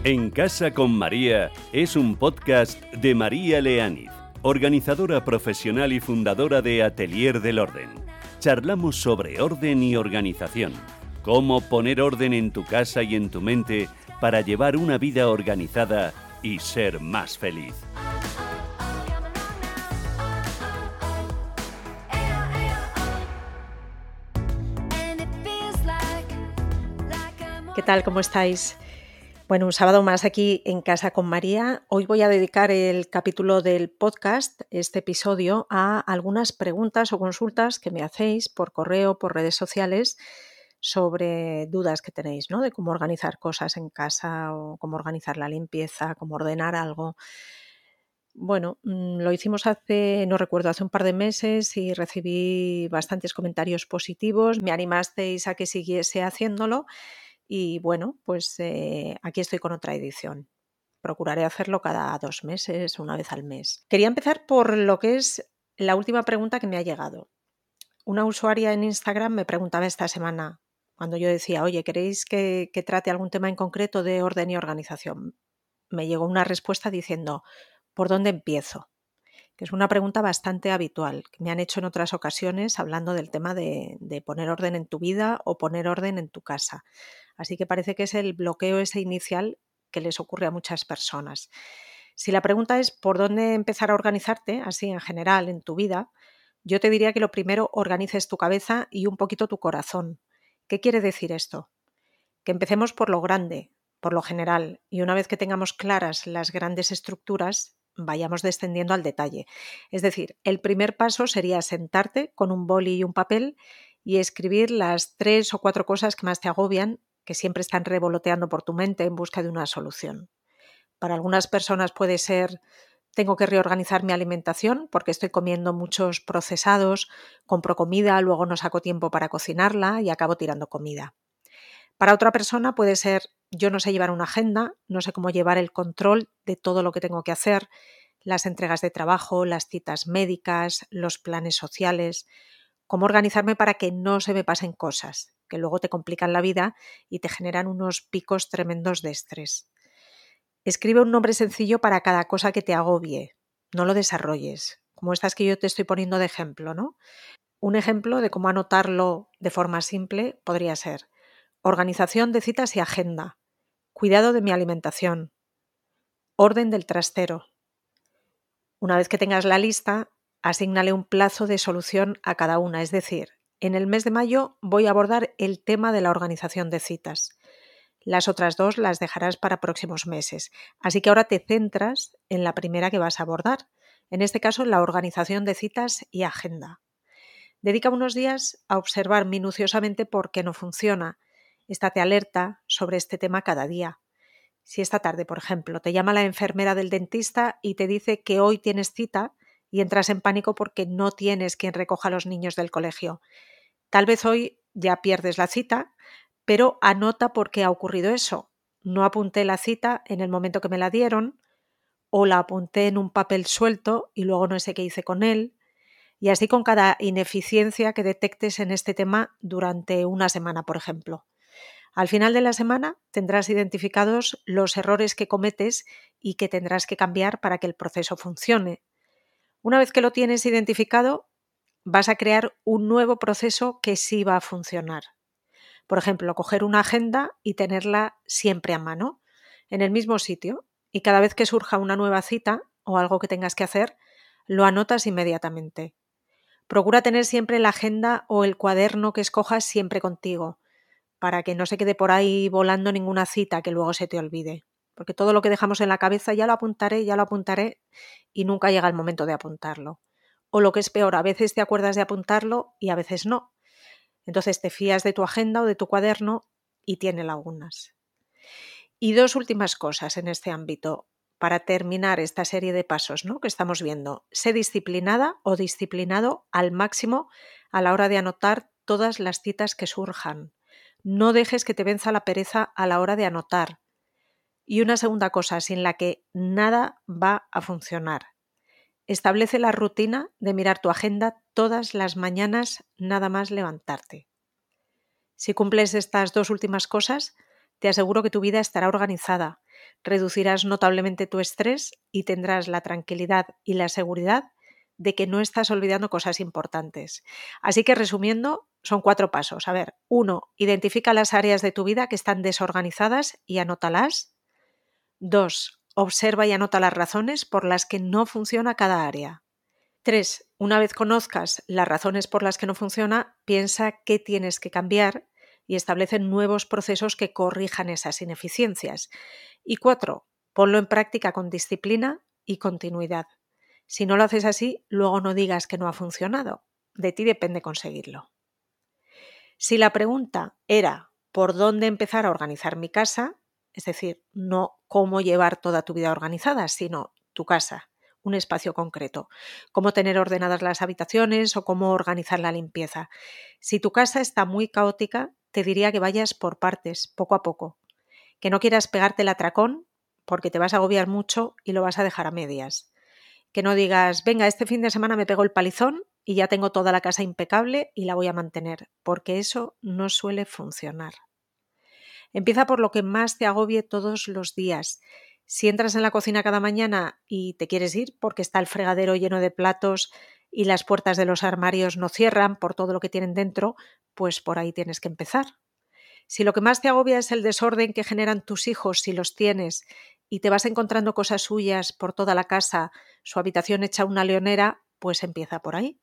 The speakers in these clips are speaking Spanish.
En Casa con María es un podcast de María Leániz, organizadora profesional y fundadora de Atelier del Orden. Charlamos sobre orden y organización, cómo poner orden en tu casa y en tu mente para llevar una vida organizada y ser más feliz. ¿Qué tal? ¿Cómo estáis? Bueno, un sábado más aquí en Casa con María. Hoy voy a dedicar el capítulo del podcast, este episodio, a algunas preguntas o consultas que me hacéis por correo, por redes sociales, sobre dudas que tenéis, ¿no? De cómo organizar cosas en casa o cómo organizar la limpieza, cómo ordenar algo. Bueno, lo hicimos hace un par de meses y recibí bastantes comentarios positivos. Me animasteis a que siguiese haciéndolo. Y bueno, pues aquí estoy con otra edición. Procuraré hacerlo cada 2 meses, una vez al mes. Quería empezar por lo que es la última pregunta que me ha llegado. Una usuaria en Instagram me preguntaba esta semana, cuando yo decía, oye, ¿queréis que trate algún tema en concreto de orden y organización? Me llegó una respuesta diciendo, ¿por dónde empiezo? Que es una pregunta bastante habitual, que me han hecho en otras ocasiones hablando del tema de poner orden en tu vida o poner orden en tu casa. Así que parece que es el bloqueo ese inicial que les ocurre a muchas personas. Si la pregunta es por dónde empezar a organizarte, así en general en tu vida, yo te diría que lo primero organices tu cabeza y un poquito tu corazón. ¿Qué quiere decir esto? Que empecemos por lo grande, por lo general, y una vez que tengamos claras las grandes estructuras, vayamos descendiendo al detalle. Es decir, el primer paso sería sentarte con un boli y un papel y escribir las 3 o 4 cosas que más te agobian, que siempre están revoloteando por tu mente en busca de una solución. Para algunas personas puede ser, tengo que reorganizar mi alimentación porque estoy comiendo muchos procesados, compro comida, luego no saco tiempo para cocinarla y acabo tirando comida. Para otra persona puede ser, yo no sé llevar una agenda, no sé cómo llevar el control de todo lo que tengo que hacer, las entregas de trabajo, las citas médicas, los planes sociales, cómo organizarme para que no se me pasen cosas, que luego te complican la vida y te generan unos picos tremendos de estrés. Escribe un nombre sencillo para cada cosa que te agobie, no lo desarrolles, como estas que yo te estoy poniendo de ejemplo, ¿no? Un ejemplo de cómo anotarlo de forma simple podría ser organización de citas y agenda, cuidado de mi alimentación, orden del trastero. Una vez que tengas la lista, asígnale un plazo de solución a cada una, es decir, en el mes de mayo voy a abordar el tema de la organización de citas. Las otras 2 las dejarás para próximos meses, así que ahora te centras en la primera que vas a abordar, en este caso la organización de citas y agenda. Dedica unos días a observar minuciosamente por qué no funciona. Estate alerta sobre este tema cada día. Si esta tarde, por ejemplo, te llama la enfermera del dentista y te dice que hoy tienes cita y entras en pánico porque no tienes quien recoja a los niños del colegio. Tal vez hoy ya pierdes la cita, pero anota por qué ha ocurrido eso. No apunté la cita en el momento que me la dieron, o la apunté en un papel suelto y luego no sé qué hice con él. Y así con cada ineficiencia que detectes en este tema durante una semana, por ejemplo. Al final de la semana tendrás identificados los errores que cometes y que tendrás que cambiar para que el proceso funcione. Una vez que lo tienes identificado, vas a crear un nuevo proceso que sí va a funcionar. Por ejemplo, coger una agenda y tenerla siempre a mano, en el mismo sitio, y cada vez que surja una nueva cita o algo que tengas que hacer, lo anotas inmediatamente. Procura tener siempre la agenda o el cuaderno que escojas siempre contigo, para que no se quede por ahí volando ninguna cita que luego se te olvide. Porque todo lo que dejamos en la cabeza ya lo apuntaré y nunca llega el momento de apuntarlo. O lo que es peor, a veces te acuerdas de apuntarlo y a veces no. Entonces te fías de tu agenda o de tu cuaderno y tiene lagunas. Y 2 últimas cosas en este ámbito para terminar esta serie de pasos, ¿no?, que estamos viendo. Sé disciplinada o disciplinado al máximo a la hora de anotar todas las citas que surjan. No dejes que te venza la pereza a la hora de anotar. Y una segunda cosa, sin la que nada va a funcionar. Establece la rutina de mirar tu agenda todas las mañanas nada más levantarte. Si cumples estas 2 últimas cosas, te aseguro que tu vida estará organizada, reducirás notablemente tu estrés y tendrás la tranquilidad y la seguridad de que no estás olvidando cosas importantes. Así que resumiendo, son 4 pasos. A ver, 1, identifica las áreas de tu vida que están desorganizadas y anótalas. 2, observa y anota las razones por las que no funciona cada área. 3, una vez conozcas las razones por las que no funciona, piensa qué tienes que cambiar y establece nuevos procesos que corrijan esas ineficiencias. Y 4, ponlo en práctica con disciplina y continuidad. Si no lo haces así, luego no digas que no ha funcionado. De ti depende conseguirlo. Si la pregunta era ¿por dónde empezar a organizar mi casa? Es decir, no cómo llevar toda tu vida organizada, sino tu casa, un espacio concreto, cómo tener ordenadas las habitaciones o cómo organizar la limpieza. Si tu casa está muy caótica, te diría que vayas por partes, poco a poco, que no quieras pegarte el atracón porque te vas a agobiar mucho y lo vas a dejar a medias. Que no digas, venga, este fin de semana me pego el palizón y ya tengo toda la casa impecable y la voy a mantener, porque eso no suele funcionar. Empieza por lo que más te agobie todos los días. Si entras en la cocina cada mañana y te quieres ir porque está el fregadero lleno de platos y las puertas de los armarios no cierran por todo lo que tienen dentro, pues por ahí tienes que empezar. Si lo que más te agobia es el desorden que generan tus hijos si los tienes y te vas encontrando cosas suyas por toda la casa, su habitación hecha una leonera, pues empieza por ahí.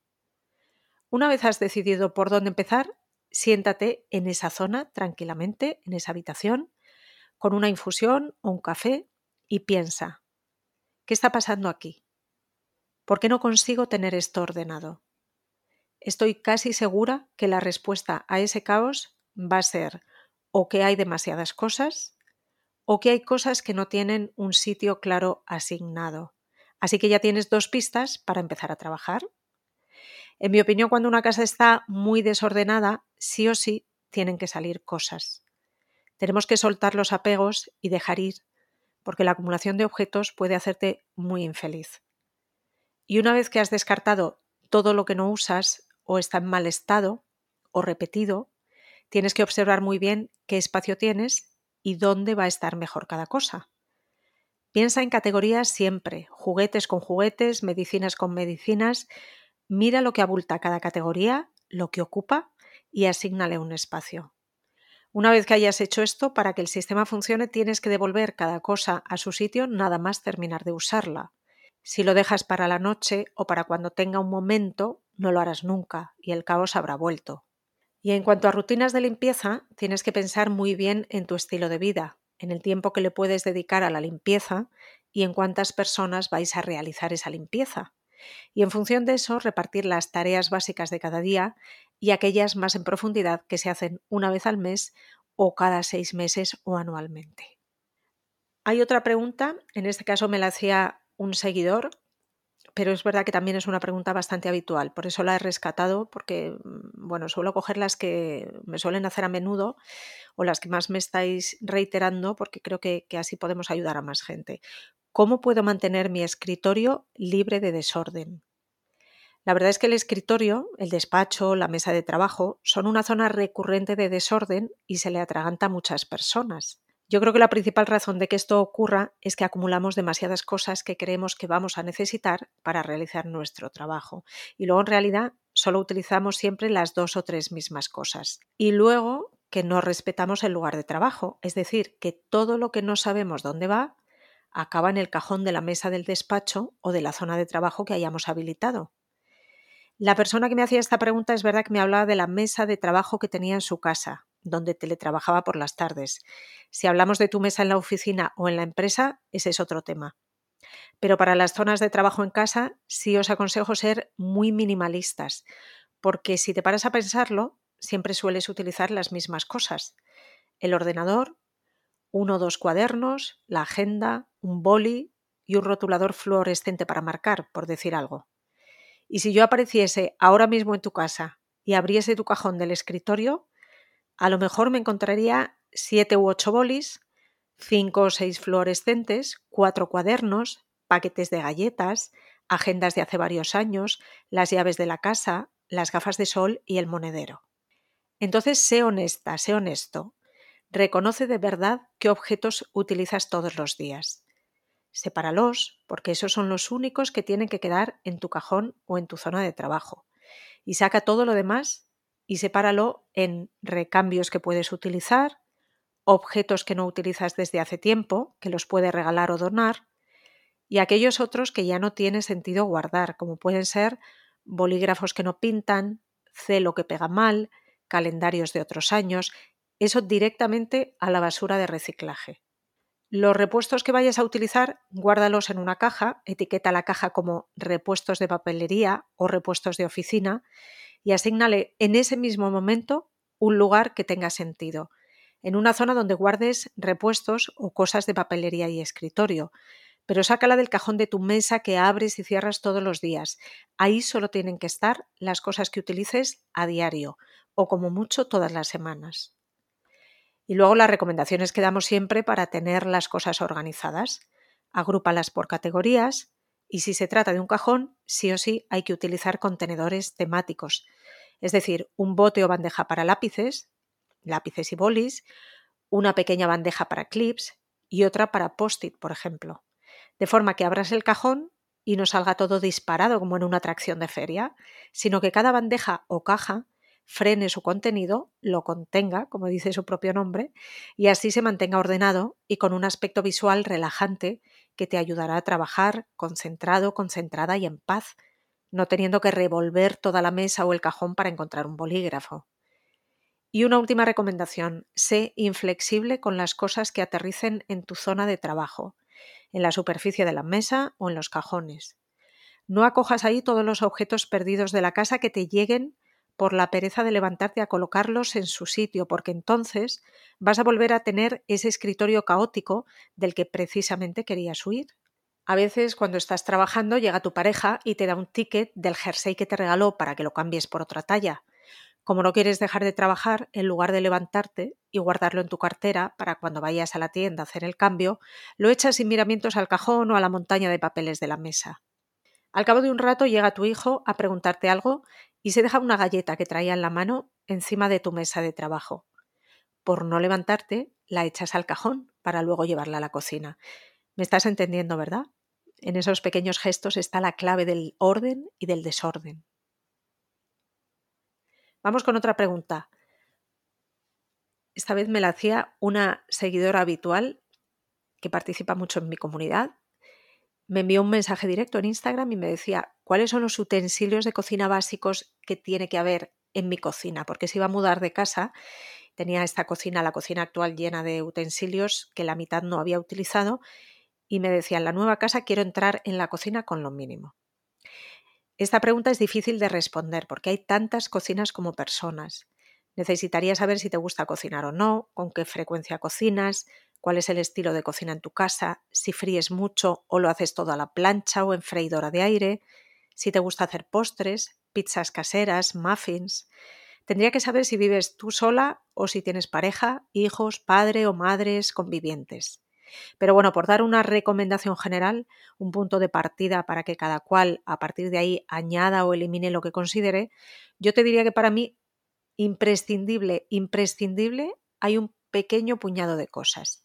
Una vez has decidido por dónde empezar, siéntate en esa zona tranquilamente, en esa habitación, con una infusión o un café y piensa, ¿qué está pasando aquí? ¿Por qué no consigo tener esto ordenado? Estoy casi segura que la respuesta a ese caos va a ser o que hay demasiadas cosas o que hay cosas que no tienen un sitio claro asignado. Así que ya tienes 2 pistas para empezar a trabajar. En mi opinión, cuando una casa está muy desordenada, sí o sí tienen que salir cosas. Tenemos que soltar los apegos y dejar ir, porque la acumulación de objetos puede hacerte muy infeliz. Y una vez que has descartado todo lo que no usas o está en mal estado o repetido, tienes que observar muy bien qué espacio tienes y dónde va a estar mejor cada cosa. Piensa en categorías siempre, juguetes con juguetes, medicinas con medicinas. Mira lo que abulta cada categoría, lo que ocupa y asígnale un espacio. Una vez que hayas hecho esto, para que el sistema funcione tienes que devolver cada cosa a su sitio nada más terminar de usarla. Si lo dejas para la noche o para cuando tenga un momento, no lo harás nunca y el caos habrá vuelto. Y en cuanto a rutinas de limpieza, tienes que pensar muy bien en tu estilo de vida, en el tiempo que le puedes dedicar a la limpieza y en cuántas personas vais a realizar esa limpieza. Y en función de eso, repartir las tareas básicas de cada día y aquellas más en profundidad que se hacen una vez al mes o cada 6 meses o anualmente. Hay otra pregunta, en este caso me la hacía un seguidor, pero es verdad que también es una pregunta bastante habitual, por eso la he rescatado, porque suelo coger las que me suelen hacer a menudo o las que más me estáis reiterando, porque creo que así podemos ayudar a más gente. ¿Cómo puedo mantener mi escritorio libre de desorden? La verdad es que el escritorio, el despacho, la mesa de trabajo son una zona recurrente de desorden y se le atraganta a muchas personas. Yo creo que la principal razón de que esto ocurra es que acumulamos demasiadas cosas que creemos que vamos a necesitar para realizar nuestro trabajo y luego en realidad solo utilizamos siempre las 2 o 3 mismas cosas. Y luego que no respetamos el lugar de trabajo, es decir, que todo lo que no sabemos dónde va acaba en el cajón de la mesa del despacho o de la zona de trabajo que hayamos habilitado. La persona que me hacía esta pregunta es verdad que me hablaba de la mesa de trabajo que tenía en su casa, donde teletrabajaba por las tardes. Si hablamos de tu mesa en la oficina o en la empresa, ese es otro tema. Pero para las zonas de trabajo en casa, sí os aconsejo ser muy minimalistas, porque si te paras a pensarlo, siempre sueles utilizar las mismas cosas. El ordenador, 1 o 2 cuadernos, la agenda, un boli y un rotulador fluorescente para marcar, por decir algo. Y si yo apareciese ahora mismo en tu casa y abriese tu cajón del escritorio, a lo mejor me encontraría 7 u 8 bolis, 5 o 6 fluorescentes, 4 cuadernos, paquetes de galletas, agendas de hace varios años, las llaves de la casa, las gafas de sol y el monedero. Entonces, sé honesta, sé honesto. reconoce de verdad qué objetos utilizas todos los días. Sepáralos, porque esos son los únicos que tienen que quedar en tu cajón o en tu zona de trabajo. Y saca todo lo demás y sepáralo en recambios que puedes utilizar, objetos que no utilizas desde hace tiempo, que los puedes regalar o donar, y aquellos otros que ya no tiene sentido guardar, como pueden ser bolígrafos que no pintan, celo que pega mal, calendarios de otros años, eso directamente a la basura de reciclaje. Los repuestos que vayas a utilizar, guárdalos en una caja, etiqueta la caja como repuestos de papelería o repuestos de oficina y asígnale en ese mismo momento un lugar que tenga sentido, en una zona donde guardes repuestos o cosas de papelería y escritorio, pero sácala del cajón de tu mesa que abres y cierras todos los días. Ahí solo tienen que estar las cosas que utilices a diario o como mucho todas las semanas. Y luego las recomendaciones que damos siempre para tener las cosas organizadas. Agrúpalas por categorías y si se trata de un cajón, sí o sí hay que utilizar contenedores temáticos. Es decir, un bote o bandeja para lápices y bolis, una pequeña bandeja para clips y otra para post-it, por ejemplo. De forma que abras el cajón y no salga todo disparado como en una atracción de feria, sino que cada bandeja o caja frene su contenido, lo contenga, como dice su propio nombre, y así se mantenga ordenado y con un aspecto visual relajante que te ayudará a trabajar concentrado, concentrada y en paz, no teniendo que revolver toda la mesa o el cajón para encontrar un bolígrafo. Y una última recomendación, sé inflexible con las cosas que aterricen en tu zona de trabajo, en la superficie de la mesa o en los cajones. No acojas ahí todos los objetos perdidos de la casa que te lleguen por la pereza de levantarte a colocarlos en su sitio, porque entonces vas a volver a tener ese escritorio caótico del que precisamente querías huir. A veces cuando estás trabajando llega tu pareja y te da un ticket del jersey que te regaló para que lo cambies por otra talla. Como no quieres dejar de trabajar, en lugar de levantarte y guardarlo en tu cartera para cuando vayas a la tienda a hacer el cambio, lo echas sin miramientos al cajón o a la montaña de papeles de la mesa. Al cabo de un rato llega tu hijo a preguntarte algo y se deja una galleta que traía en la mano encima de tu mesa de trabajo. Por no levantarte, la echas al cajón para luego llevarla a la cocina. ¿Me estás entendiendo, verdad? En esos pequeños gestos está la clave del orden y del desorden. Vamos con otra pregunta. Esta vez me la hacía una seguidora habitual que participa mucho en mi comunidad. Me envió un mensaje directo en Instagram y me decía cuáles son los utensilios de cocina básicos que tiene que haber en mi cocina, porque se iba a mudar de casa, tenía esta cocina, la cocina actual, llena de utensilios que la mitad no había utilizado y me decía, en la nueva casa quiero entrar en la cocina con lo mínimo. Esta pregunta es difícil de responder porque hay tantas cocinas como personas. Necesitaría saber si te gusta cocinar o no, con qué frecuencia cocinas, cuál es el estilo de cocina en tu casa, si fríes mucho o lo haces todo a la plancha o en freidora de aire, si te gusta hacer postres, pizzas caseras, muffins. Tendría que saber si vives tú sola o si tienes pareja, hijos, padre o madres convivientes. Pero bueno, por dar una recomendación general, un punto de partida para que cada cual a partir de ahí añada o elimine lo que considere, yo te diría que para mí imprescindible, hay un pequeño puñado de cosas.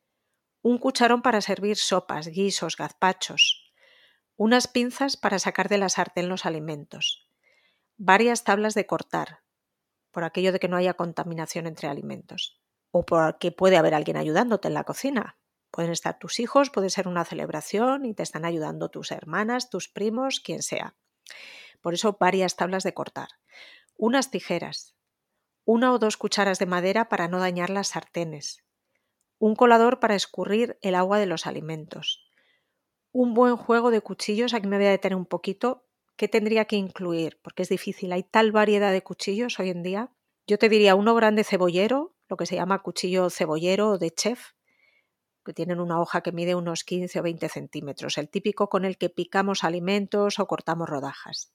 Un cucharón para servir sopas, guisos, gazpachos. Unas pinzas para sacar de la sartén los alimentos. Varias tablas de cortar, por aquello de que no haya contaminación entre alimentos. O porque puede haber alguien ayudándote en la cocina. Pueden estar tus hijos, puede ser una celebración y te están ayudando tus hermanas, tus primos, quien sea. Por eso varias tablas de cortar. Unas tijeras. 1 o 2 cucharas de madera para no dañar las sartenes. Un colador para escurrir el agua de los alimentos. Un buen juego de cuchillos, aquí me voy a detener un poquito. ¿Qué tendría que incluir? Porque es difícil, hay tal variedad de cuchillos hoy en día. Yo te diría uno grande cebollero, lo que se llama cuchillo cebollero o de chef, que tienen una hoja que mide unos 15 o 20 centímetros, el típico con el que picamos alimentos o cortamos rodajas.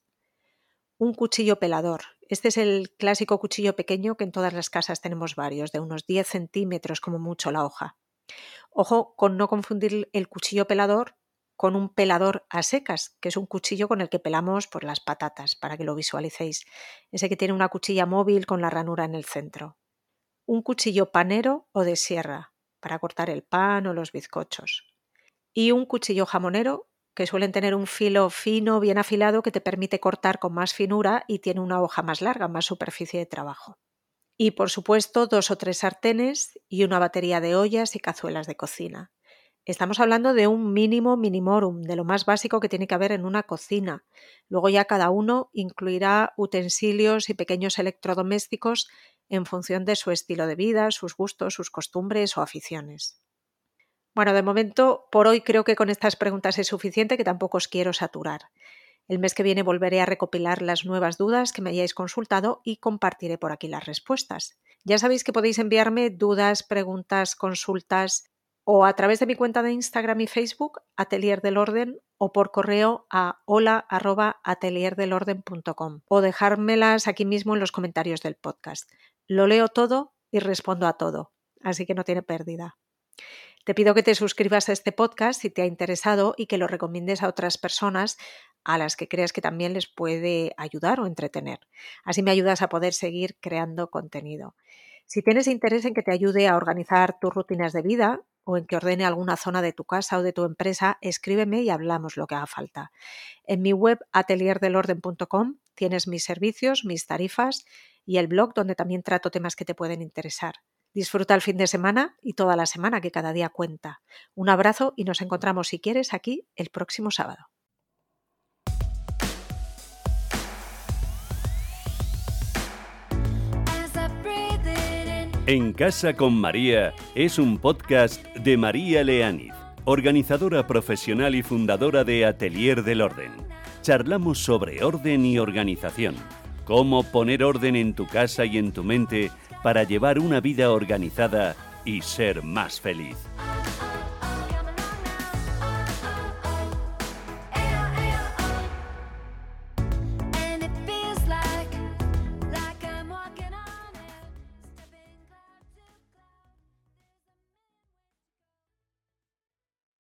Un cuchillo pelador. Este es el clásico cuchillo pequeño que en todas las casas tenemos varios, de unos 10 centímetros como mucho la hoja. Ojo con no confundir el cuchillo pelador con un pelador a secas, que es un cuchillo con el que pelamos por las patatas, para que lo visualicéis. Ese que tiene una cuchilla móvil con la ranura en el centro. un cuchillo panero o de sierra para cortar el pan o los bizcochos y un cuchillo jamonero que suelen tener un filo fino, bien afilado, que te permite cortar con más finura y tiene una hoja más larga, más superficie de trabajo. Y por supuesto 2 o 3 sartenes y una batería de ollas y cazuelas de cocina. Estamos hablando de un mínimo minimorum, de lo más básico que tiene que haber en una cocina. Luego ya cada uno incluirá utensilios y pequeños electrodomésticos en función de su estilo de vida, sus gustos, sus costumbres o aficiones. Bueno, de momento, por hoy creo que con estas preguntas es suficiente, que tampoco os quiero saturar. El mes que viene volveré a recopilar las nuevas dudas que me hayáis consultado y compartiré por aquí las respuestas. Ya sabéis que podéis enviarme dudas, preguntas, consultas o a través de mi cuenta de Instagram y Facebook, Atelier del Orden, o por correo a hola@atelierdelorden.com o dejármelas aquí mismo en los comentarios del podcast. Lo leo todo y respondo a todo, así que no tiene pérdida. Te pido que te suscribas a este podcast si te ha interesado y que lo recomiendes a otras personas a las que creas que también les puede ayudar o entretener. Así me ayudas a poder seguir creando contenido. Si tienes interés en que te ayude a organizar tus rutinas de vida o en que ordene alguna zona de tu casa o de tu empresa, escríbeme y hablamos lo que haga falta. En mi web atelierdelorden.com tienes mis servicios, mis tarifas y el blog donde también trato temas que te pueden interesar. Disfruta el fin de semana y toda la semana, que cada día cuenta. Un abrazo y nos encontramos, si quieres, aquí el próximo sábado. En Casa con María es un podcast de María Leániz, organizadora profesional y fundadora de Atelier del Orden. Charlamos sobre orden y organización, cómo poner orden en tu casa y en tu mente para llevar una vida organizada y ser más feliz.